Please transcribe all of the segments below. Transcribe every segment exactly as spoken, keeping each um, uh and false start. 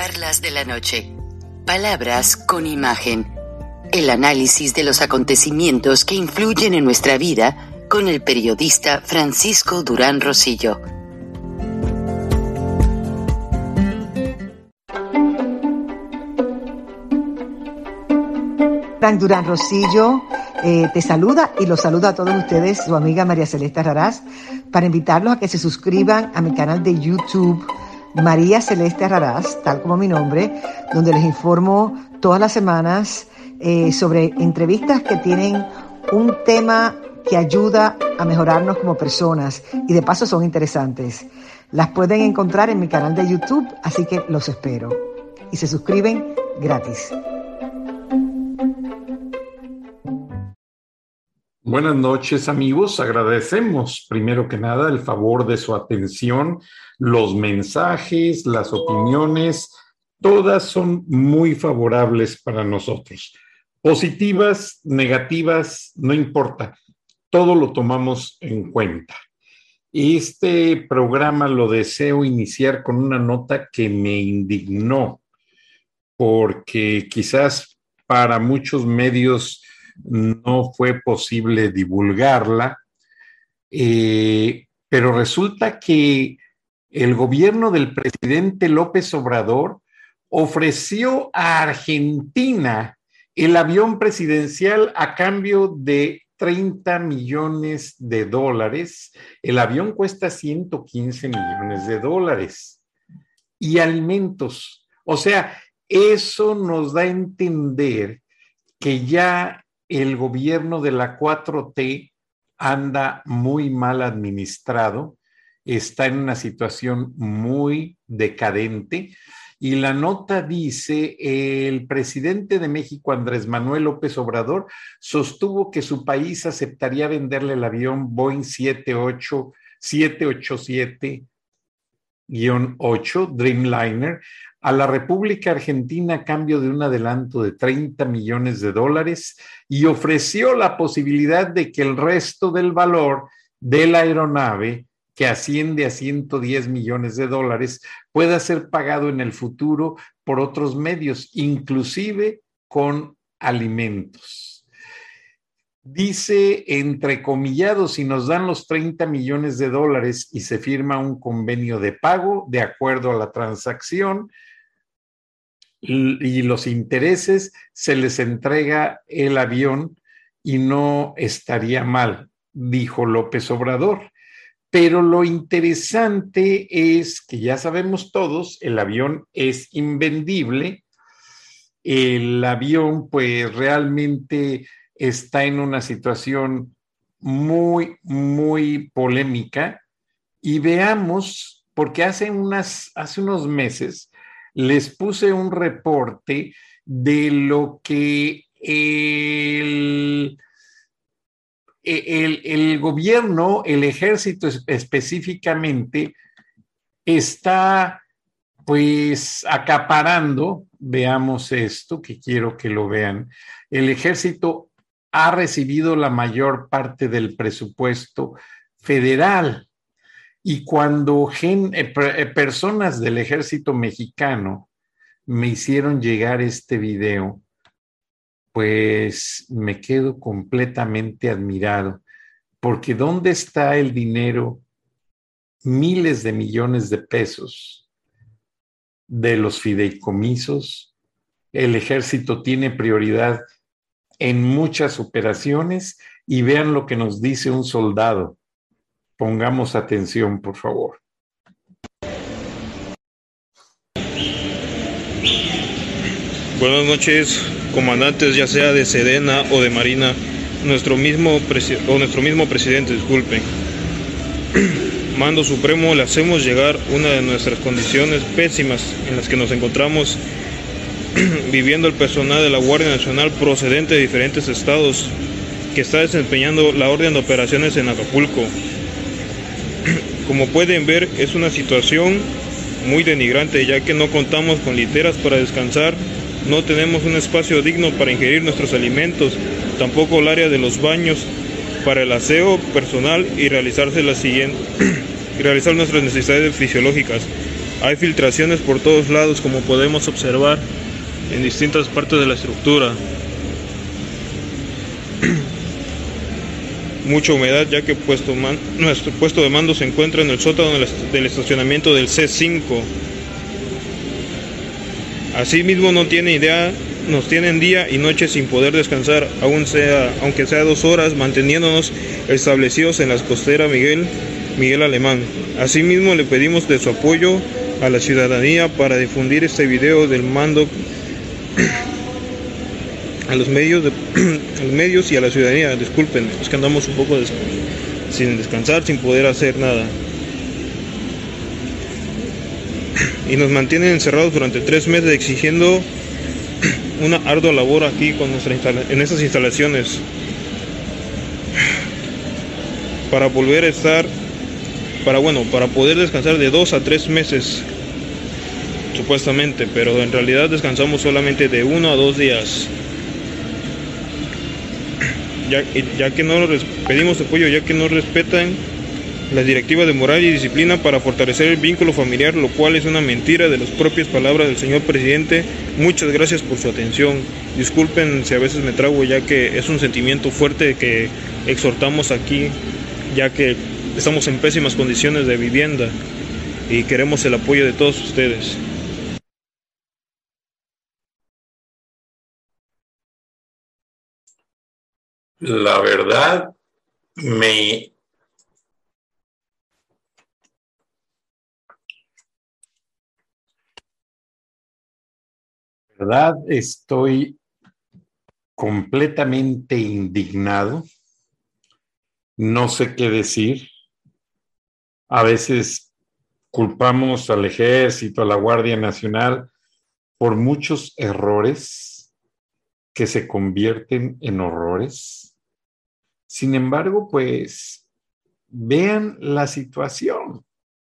Charlas de la noche. Palabras con imagen. El análisis de los acontecimientos que influyen en nuestra vida con el periodista Francisco Durán Rosillo. Frank Durán Rosillo eh, te saluda y los saluda a todos ustedes, su amiga María Celeste Raraz, para invitarlos a que se suscriban a mi canal de YouTube, María Celeste Raraz, tal como mi nombre, donde les informo todas las semanas eh, sobre entrevistas que tienen un tema que ayuda a mejorarnos como personas y de paso son interesantes. Las pueden encontrar en mi canal de YouTube, así que los espero. Y se suscriben gratis. Buenas noches, amigos. Agradecemos primero que nada el favor de su atención, los mensajes, las opiniones, todas son muy favorables para nosotros. Positivas, negativas, no importa, todo lo tomamos en cuenta. Este programa lo deseo iniciar con una nota que me indignó, porque quizás para muchos medios no fue posible divulgarla, eh, pero resulta que el gobierno del presidente López Obrador ofreció a Argentina el avión presidencial a cambio de treinta millones de dólares. El avión cuesta ciento quince millones de dólares y alimentos. O sea, eso nos da a entender que ya el gobierno de la cuatro T anda muy mal administrado, está en una situación muy decadente y la nota dice, el presidente de México, Andrés Manuel López Obrador, sostuvo que su país aceptaría venderle el avión Boeing siete ochenta y siete guion ocho Dreamliner a la República Argentina a cambio de un adelanto de treinta millones de dólares y ofreció la posibilidad de que el resto del valor de la aeronave, que asciende a ciento diez millones de dólares, pueda ser pagado en el futuro por otros medios, inclusive con alimentos. Dice, entrecomillado, si nos dan los treinta millones de dólares y se firma un convenio de pago de acuerdo a la transacción y los intereses, se les entrega el avión y no estaría mal, dijo López Obrador. Pero lo interesante es que ya sabemos todos, el avión es invendible, el avión pues realmente está en una situación muy, muy polémica y veamos, porque hace, unas, hace unos meses les puse un reporte de lo que el, el, el gobierno, el ejército específicamente, está pues acaparando. Veamos esto, que quiero que lo vean. El ejército ha recibido la mayor parte del presupuesto federal. Y cuando gen, eh, personas del ejército mexicano me hicieron llegar este video, pues me quedo completamente admirado, porque ¿dónde está el dinero? Miles de millones de pesos de los fideicomisos. El ejército tiene prioridad en muchas operaciones y vean lo que nos dice un soldado. Pongamos atención, por favor. Buenas noches, comandantes, ya sea de Sedena o de Marina, nuestro mismo presi- o nuestro mismo presidente, disculpen. Mando Supremo, le hacemos llegar una de nuestras condiciones pésimas en las que nos encontramos viviendo el personal de la Guardia Nacional procedente de diferentes estados que está desempeñando la orden de operaciones en Acapulco. Como pueden ver, es una situación muy denigrante, ya que no contamos con literas para descansar, no tenemos un espacio digno para ingerir nuestros alimentos, tampoco el área de los baños para el aseo personal y realizarse la siguiente y realizar nuestras necesidades fisiológicas. Hay filtraciones por todos lados, como podemos observar en distintas partes de la estructura. Mucha humedad, ya que puesto man, nuestro puesto de mando se encuentra en el sótano del, del estacionamiento del C cinco. Asimismo, no tiene idea, nos tienen día y noche sin poder descansar, aún sea, aunque sea dos horas, manteniéndonos establecidos en la costera Miguel, Miguel Alemán. Asimismo, le pedimos de su apoyo a la ciudadanía para difundir este video del mando a los medios, de, a los medios y a la ciudadanía. Disculpen, es que andamos un poco des, sin descansar, sin poder hacer nada. Y nos mantienen encerrados durante tres meses exigiendo una ardua labor aquí con nuestra instala en estas instalaciones para volver a estar para bueno para poder descansar de dos a tres meses supuestamente, pero en realidad descansamos solamente de uno a dos días, ya, ya que no pedimos apoyo, ya que no respetan las directivas de moral y disciplina para fortalecer el vínculo familiar, lo cual es una mentira de las propias palabras del señor presidente. Muchas gracias por su atención. Disculpen si a veces me trago, ya que es un sentimiento fuerte que exhortamos aquí, ya que estamos en pésimas condiciones de vivienda y queremos el apoyo de todos ustedes. La verdad, me verdad estoy completamente indignado. No sé qué decir. A veces culpamos al Ejército, a la Guardia Nacional por muchos errores que se convierten en horrores. Sin embargo, pues vean la situación.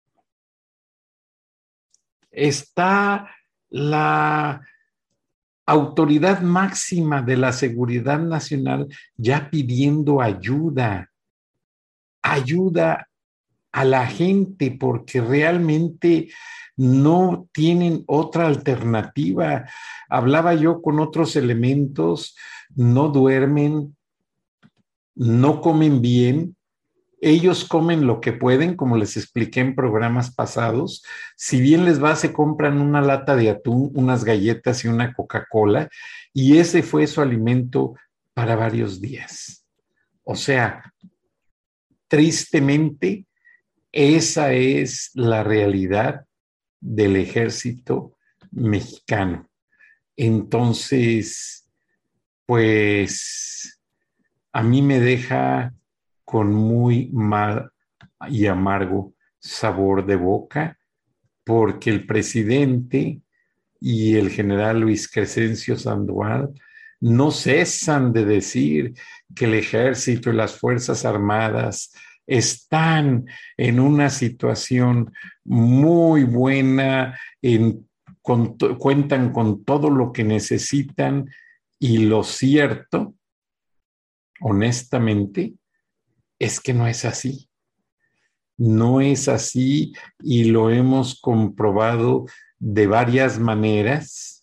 Está la autoridad máxima de la seguridad nacional ya pidiendo ayuda, ayuda a la gente, porque realmente no tienen otra alternativa. Hablaba yo con otros elementos, no duermen, no comen bien. Ellos comen lo que pueden, como les expliqué en programas pasados. Si bien les va, se compran una lata de atún, unas galletas y una Coca-Cola, y ese fue su alimento para varios días. O sea, tristemente, esa es la realidad del ejército mexicano. Entonces, pues, a mí me deja con muy mal y amargo sabor de boca, porque el presidente y el general Luis Crescencio Sandoval no cesan de decir que el ejército y las Fuerzas Armadas están en una situación muy buena, en, con, cuentan con todo lo que necesitan, y lo cierto, honestamente, es que no es así. No es así, y lo hemos comprobado de varias maneras,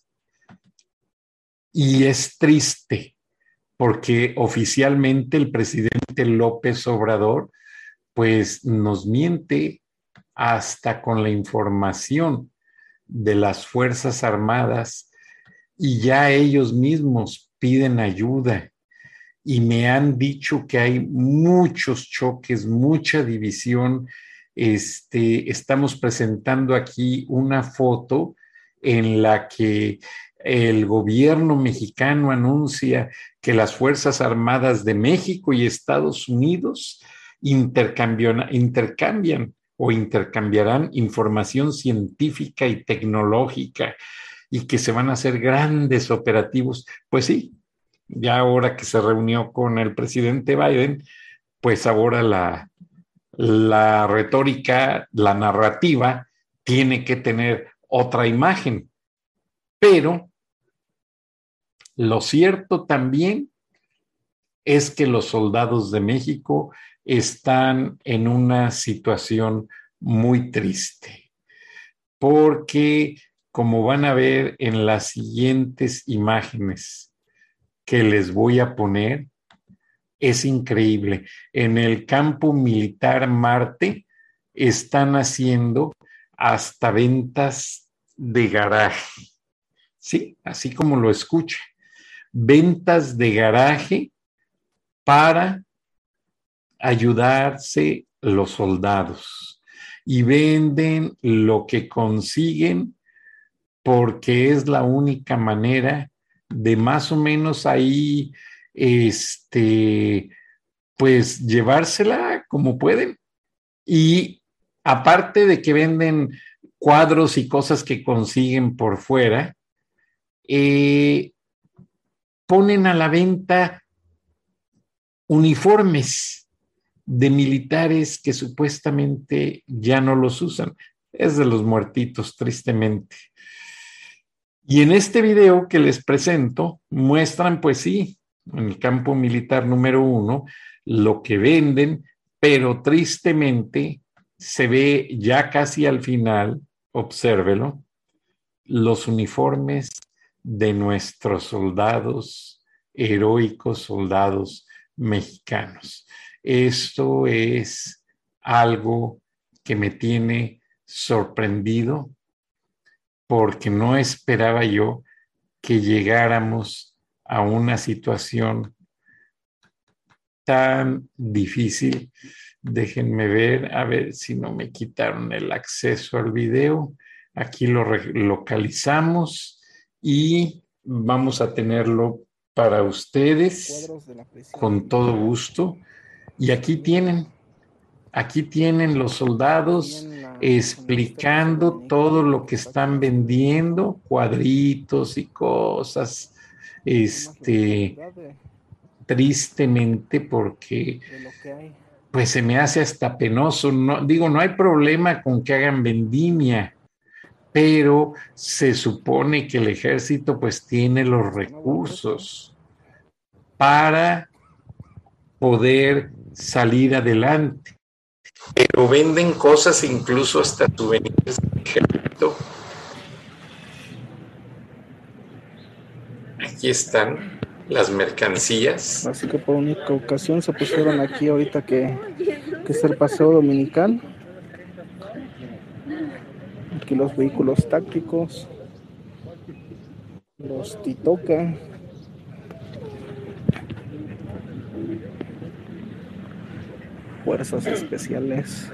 y es triste porque oficialmente el presidente López Obrador pues nos miente hasta con la información de las Fuerzas Armadas, y ya ellos mismos piden ayuda. Y me han dicho que hay muchos choques, mucha división. Este, estamos presentando aquí una foto en la que el gobierno mexicano anuncia que las Fuerzas Armadas de México y Estados Unidos intercambian, intercambian o intercambiarán información científica y tecnológica, y que se van a hacer grandes operativos. Pues sí, ya ahora que se reunió con el presidente Biden, pues ahora la, la retórica, la narrativa, tiene que tener otra imagen. Pero lo cierto también es que los soldados de México están en una situación muy triste. porque como van a ver en las siguientes imágenes que les voy a poner, es increíble. En el campo militar Marte están haciendo hasta ventas de garaje. Sí, así como lo escucha. Ventas de garaje para ayudarse los soldados. Y venden lo que consiguen porque es la única manera de más o menos ahí, este, pues llevársela como pueden. Y aparte de que venden cuadros y cosas que consiguen por fuera, eh, ponen a la venta uniformes de militares que supuestamente ya no los usan. Es de los muertitos, tristemente. Y en este video que les presento, muestran, pues sí, en el campo militar número uno, lo que venden, pero tristemente se ve ya casi al final, obsérvelo, los uniformes de nuestros soldados, heroicos soldados mexicanos. Esto es algo que me tiene sorprendido porque no esperaba yo que llegáramos a una situación tan difícil. Déjenme ver, a ver si no me quitaron el acceso al video. Aquí lo localizamos y vamos a tenerlo para ustedes con todo gusto. Y aquí tienen, aquí tienen los soldados explicando todo lo que están vendiendo, cuadritos y cosas, este, tristemente porque pues se me hace hasta penoso. No, digo, no hay problema con que hagan vendimia, pero se supone que el ejército pues tiene los recursos para poder salir adelante. Pero venden cosas, incluso hasta souvenirs del ejército. Aquí están las mercancías. Así que por única ocasión se pusieron aquí ahorita que, que es el paseo dominical. Aquí los vehículos tácticos, los Titoca, fuerzas especiales,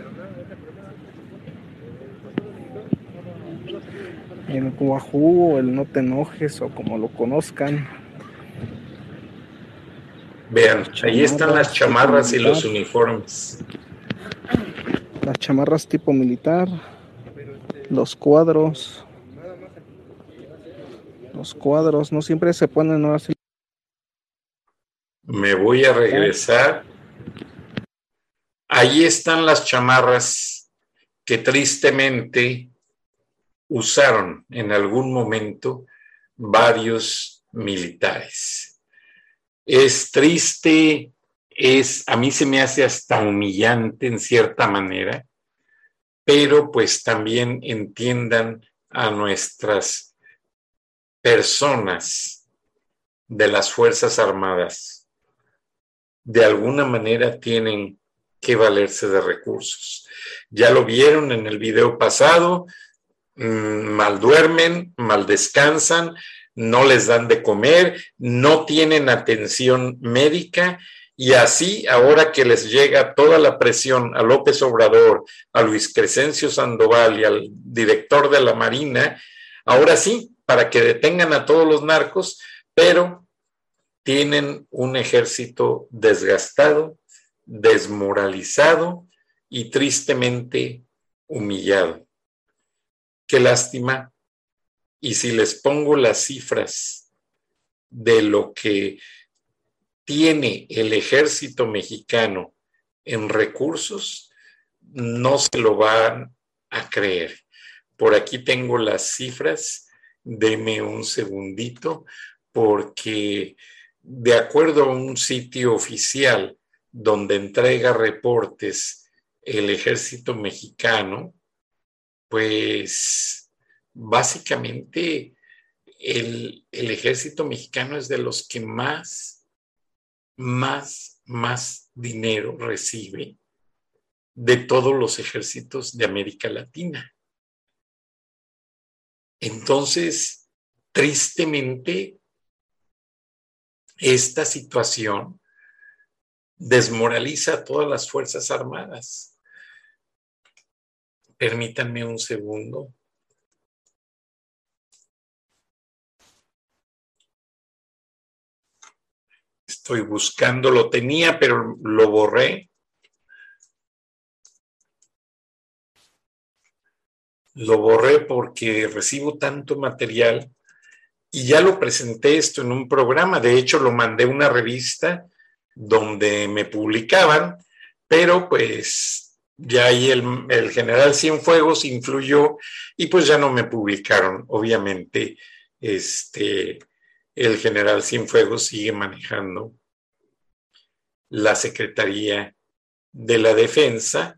el Guajú o el No Te Enojes o como lo conozcan. Vean, ahí están las chamarras y los uniformes. Las chamarras tipo militar, los cuadros, los cuadros, no siempre se ponen ahora sí. Me voy a regresar. Ahí están las chamarras que tristemente usaron en algún momento varios militares. Es triste, es, a mí se me hace hasta humillante en cierta manera, pero pues también entiendan a nuestras personas de las Fuerzas Armadas. De alguna manera tienen que valerse de recursos. Ya lo vieron en el video pasado, mal duermen, mal descansan, no les dan de comer, no tienen atención médica y así ahora que les llega toda la presión a López Obrador, a Luis Crescencio Sandoval y al director de la Marina, ahora sí, para que detengan a todos los narcos, pero tienen un ejército desgastado, desmoralizado y tristemente humillado. Qué lástima. Y si les pongo las cifras de lo que tiene el ejército mexicano en recursos, no se lo van a creer. Por aquí tengo las cifras, deme un segundito, porque de acuerdo a un sitio oficial donde entrega reportes el ejército mexicano, pues básicamente el, el ejército mexicano es de los que más, más, más dinero recibe de todos los ejércitos de América Latina. Entonces, tristemente, esta situación desmoraliza a todas las Fuerzas Armadas. Permítanme un segundo. Estoy buscando, lo tenía, pero lo borré. Lo borré porque recibo tanto material y ya lo presenté esto en un programa. De hecho, lo mandé a una revista donde me publicaban, pero pues ya ahí el, el general Cienfuegos influyó y pues ya no me publicaron. Obviamente, este, el general Cienfuegos sigue manejando la Secretaría de la Defensa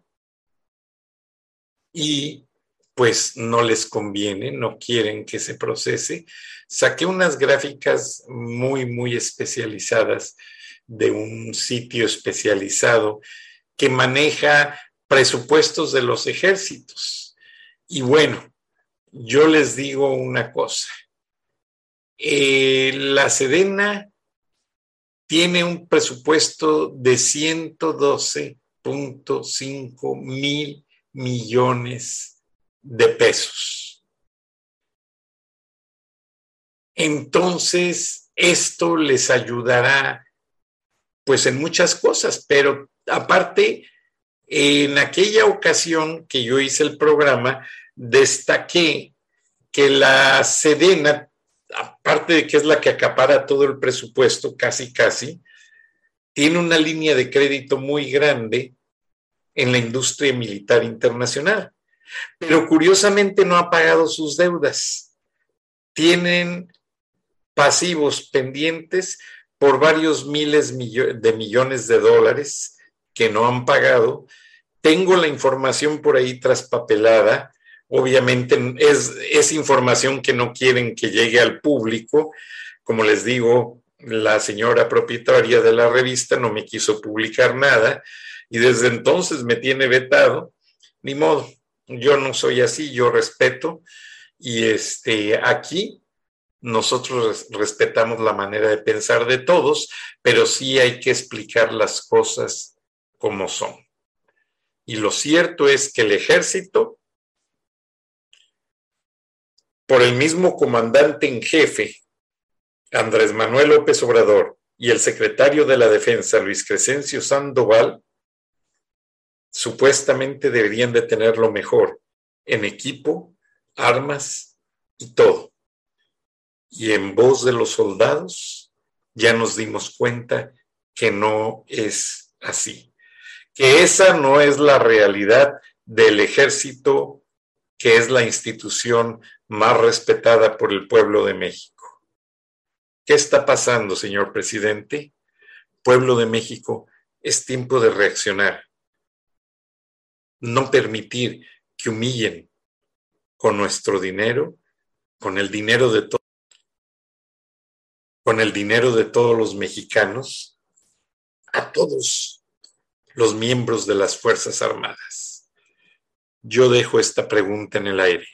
y pues no les conviene, no quieren que se procese. Saqué unas gráficas muy, muy especializadas de un sitio especializado que maneja presupuestos de los ejércitos. Y bueno, yo les digo una cosa. Eh, la Sedena tiene un presupuesto de ciento doce punto cinco mil millones de pesos. Entonces, esto les ayudará pues en muchas cosas, pero aparte, en aquella ocasión que yo hice el programa, destaqué que la Sedena, aparte de que es la que acapara todo el presupuesto, casi casi, tiene una línea de crédito muy grande en la industria militar internacional. Pero curiosamente no ha pagado sus deudas. Tienen pasivos pendientes por varios miles de millones de dólares que no han pagado. Tengo la información por ahí traspapelada. Obviamente es, es información que no quieren que llegue al público. Como les digo, la señora propietaria de la revista no me quiso publicar nada y desde entonces me tiene vetado. Ni modo. Yo no soy así, yo respeto y este, aquí nosotros respetamos la manera de pensar de todos, pero sí hay que explicar las cosas como son. Y lo cierto es que el ejército, por el mismo comandante en jefe, Andrés Manuel López Obrador, y el secretario de la Defensa, Luis Crescencio Sandoval, supuestamente deberían de tener lo mejor en equipo, armas y todo. Y en voz de los soldados ya nos dimos cuenta que no es así, que esa no es la realidad del ejército, que es la institución más respetada por el pueblo de México. ¿Qué está pasando, señor presidente? Pueblo de México, es tiempo de reaccionar. No permitir que humillen con nuestro dinero, con el dinero de todos, con el dinero de todos los mexicanos, a todos los miembros de las Fuerzas Armadas. Yo dejo esta pregunta en el aire.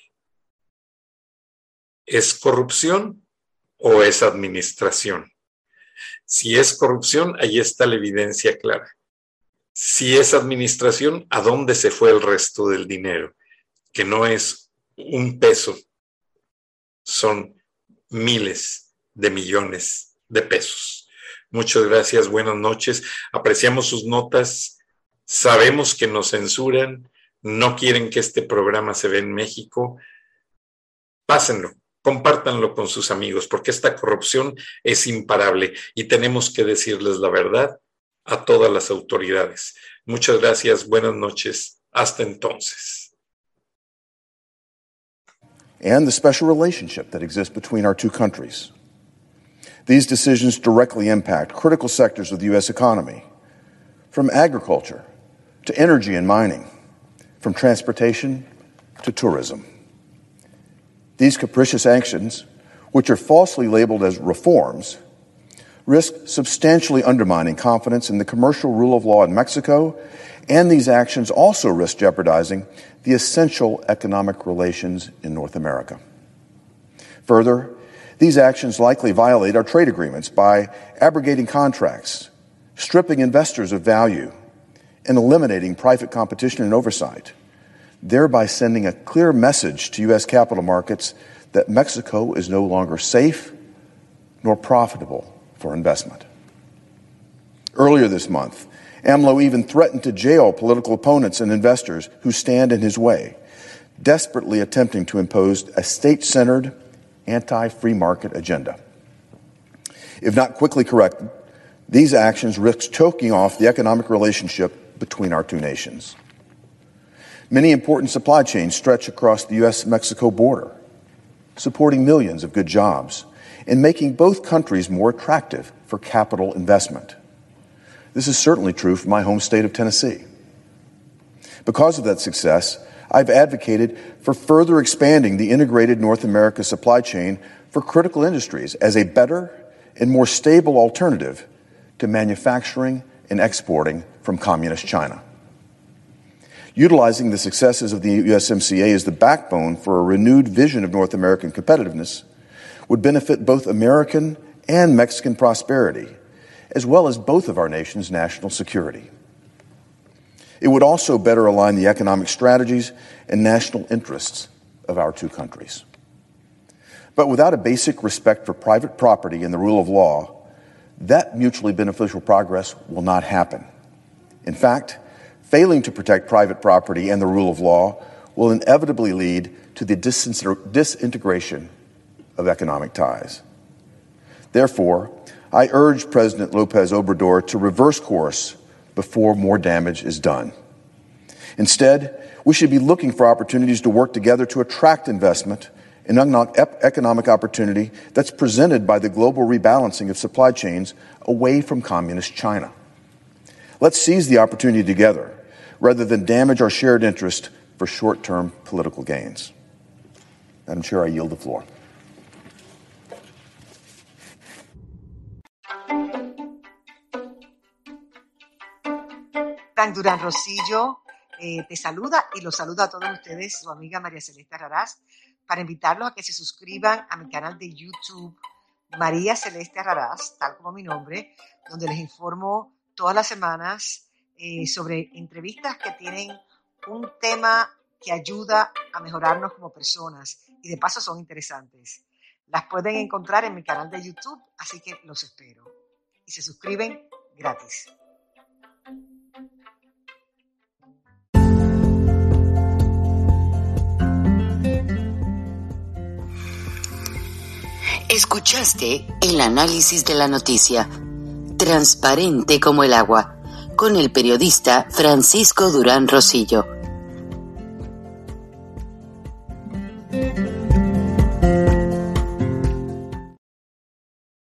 ¿Es corrupción o es administración? Si es corrupción, ahí está la evidencia clara. Si es administración, ¿a dónde se fue el resto del dinero? Que no es un peso, son miles de millones de pesos. Muchas gracias, buenas noches. Apreciamos sus notas. Sabemos que nos censuran, no quieren que este programa se vea en México. Pásenlo, compártanlo con sus amigos, porque esta corrupción es imparable y tenemos que decirles la verdad a todas las autoridades. Muchas gracias, buenas noches, hasta entonces. And the special relationship that exists between our two countries. These decisions directly impact critical sectors of the U S economy, from agriculture to energy and mining, from transportation to tourism. These capricious actions, which are falsely labeled as reforms, risk substantially undermining confidence in the commercial rule of law in Mexico, and these actions also risk jeopardizing the essential economic relations in North America. Further, these actions likely violate our trade agreements by abrogating contracts, stripping investors of value, and eliminating private competition and oversight, thereby sending a clear message to U S capital markets that Mexico is no longer safe nor profitable for investment. Earlier this month, AMLO even threatened to jail political opponents and investors who stand in his way, desperately attempting to impose a state-centered, anti-free market agenda. If not quickly corrected, these actions risk choking off the economic relationship between our two nations. Many important supply chains stretch across the U S Mexico border, supporting millions of good jobs and making both countries more attractive for capital investment. This is certainly true for my home state of Tennessee. Because of that success, I've advocated for further expanding the integrated North America supply chain for critical industries as a better and more stable alternative to manufacturing and exporting from communist China. Utilizing the successes of the U S M C A as the backbone for a renewed vision of North American competitiveness would benefit both American and Mexican prosperity, as well as both of our nations' national security. It would also better align the economic strategies and national interests of our two countries. But without a basic respect for private property and the rule of law, that mutually beneficial progress will not happen. In fact, failing to protect private property and the rule of law will inevitably lead to the disintegration of economic ties. Therefore, I urge President López Obrador to reverse course before more damage is done. Instead, we should be looking for opportunities to work together to attract investment and economic opportunity that's presented by the global rebalancing of supply chains away from communist China. Let's seize the opportunity together rather than damage our shared interest for short-term political gains. Madam Chair, I yield the floor. Durán Rosillo eh, te saluda y los saluda a todos ustedes, su amiga María Celeste Raraz, para invitarlos a que se suscriban a mi canal de YouTube, María Celeste Raraz, tal como mi nombre, donde les informo todas las semanas eh, sobre entrevistas que tienen un tema que ayuda a mejorarnos como personas y de paso son interesantes. Las pueden encontrar en mi canal de YouTube, así que los espero. Y se suscriben gratis. Escuchaste el análisis de la noticia, transparente como el agua, con el periodista Francisco Durán Rosillo.